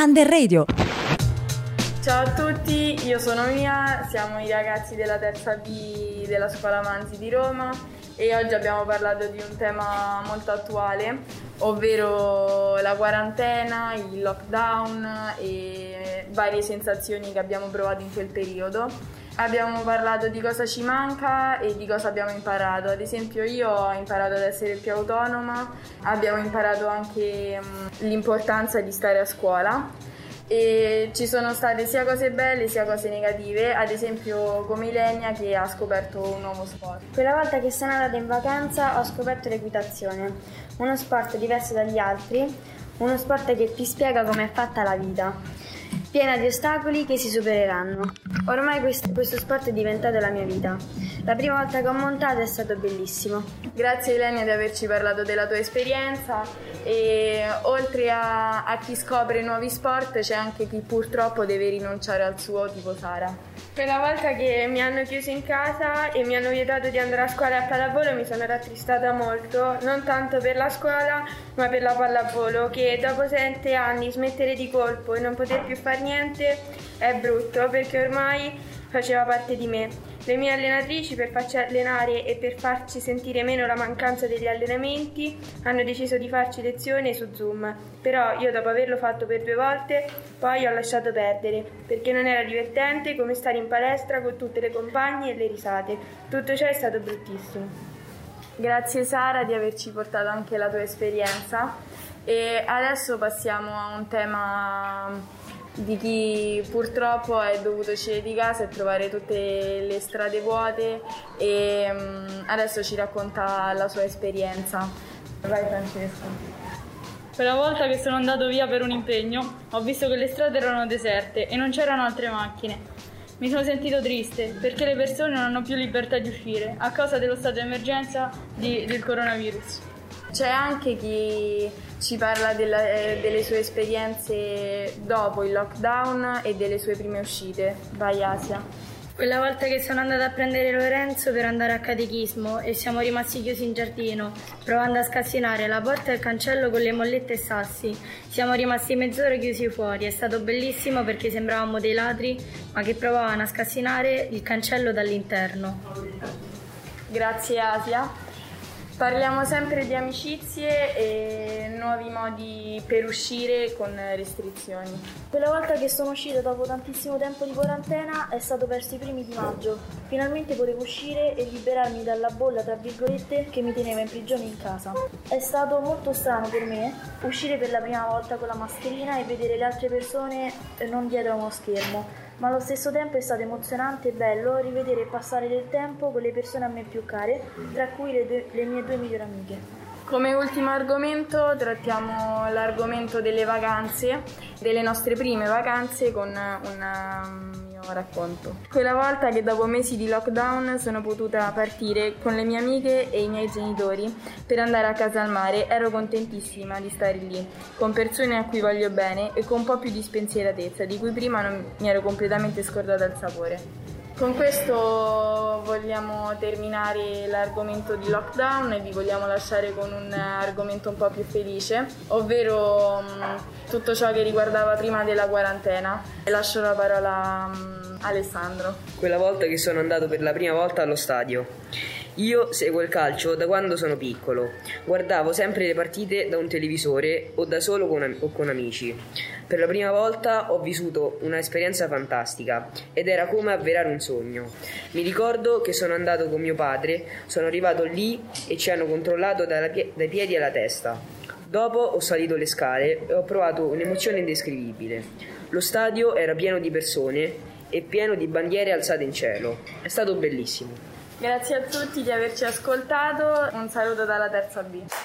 Under Radio. Ciao a tutti, io sono Mia, siamo i ragazzi della terza B della Scuola Manzi di Roma e oggi abbiamo parlato di un tema molto attuale, ovvero la quarantena, il lockdown e varie sensazioni che abbiamo provato in quel periodo. Abbiamo parlato di cosa ci manca e di cosa abbiamo imparato. Ad esempio io ho imparato ad essere più autonoma, abbiamo imparato anche l'importanza di stare a scuola. E ci sono state sia cose belle sia cose negative, ad esempio come Ilenia che ha scoperto un nuovo sport. Quella volta che sono andata in vacanza ho scoperto l'equitazione, uno sport diverso dagli altri, uno sport che ti spiega com'è fatta la vita, piena di ostacoli che si supereranno. Ormai questo sport è diventato la mia vita. La prima volta che ho montato è stato bellissimo. Grazie Ilenia di averci parlato della tua esperienza e oltre a chi scopre nuovi sport c'è anche chi purtroppo deve rinunciare al suo, tipo Sara. Quella volta che mi hanno chiuso in casa e mi hanno vietato di andare a scuola a pallavolo mi sono rattristata molto, non tanto per la scuola ma per la pallavolo, che dopo 7 anni smettere di colpo e non poter più fare niente è brutto perché ormai faceva parte di me. Le mie allenatrici, per farci allenare e per farci sentire meno la mancanza degli allenamenti, hanno deciso di farci lezioni su Zoom. Però io dopo averlo fatto per 2 volte, poi ho lasciato perdere, perché non era divertente come stare in palestra con tutte le compagne e le risate. Tutto ciò è stato bruttissimo. Grazie Sara di averci portato anche la tua esperienza e adesso passiamo a un tema di chi purtroppo è dovuto uscire di casa e trovare tutte le strade vuote e adesso ci racconta la sua esperienza. Vai Francesco. Quella volta che sono andato via per un impegno ho visto che le strade erano deserte e non c'erano altre macchine. Mi sono sentito triste perché le persone non hanno più libertà di uscire a causa dello stato di emergenza del coronavirus. C'è anche chi ci parla delle sue esperienze dopo il lockdown e delle sue prime uscite. Vai Asia. Quella volta che sono andata a prendere Lorenzo per andare a catechismo e siamo rimasti chiusi in giardino, provando a scassinare la porta e il cancello con le mollette e sassi. Siamo rimasti mezz'ora chiusi fuori, è stato bellissimo perché sembravamo dei ladri, ma che provavano a scassinare il cancello dall'interno. Grazie Asia. Parliamo sempre di amicizie e nuovi modi per uscire con restrizioni. Quella volta che sono uscita dopo tantissimo tempo di quarantena è stato verso i primi di maggio. Finalmente potevo uscire e liberarmi dalla bolla, tra virgolette, che mi teneva in prigione in casa. È stato molto strano per me uscire per la prima volta con la mascherina e vedere le altre persone non dietro a uno schermo. Ma allo stesso tempo è stato emozionante e bello rivedere e passare del tempo con le persone a me più care, tra cui le mie 2 migliori amiche. Come ultimo argomento trattiamo l'argomento delle vacanze, delle nostre prime vacanze con un mio racconto. Quella volta che dopo mesi di lockdown sono potuta partire con le mie amiche e i miei genitori per andare a casa al mare, ero contentissima di stare lì, con persone a cui voglio bene e con un po' più di spensieratezza, di cui prima non mi ero completamente scordata il sapore. Con questo vogliamo terminare l'argomento di lockdown e vi vogliamo lasciare con un argomento un po' più felice, ovvero tutto ciò che riguardava prima della quarantena. E lascio la parola a Alessandro. Quella volta che sono andato per la prima volta allo stadio. Io seguo il calcio da quando sono piccolo. Guardavo sempre le partite da un televisore o da solo o con amici. Per la prima volta ho vissuto un'esperienza fantastica ed era come avverare un sogno. Mi ricordo che sono andato con mio padre, sono arrivato lì e ci hanno controllato dai piedi alla testa. Dopo ho salito le scale e ho provato un'emozione indescrivibile. Lo stadio era pieno di persone e pieno di bandiere alzate in cielo. È stato bellissimo. Grazie a tutti di averci ascoltato, un saluto dalla terza B.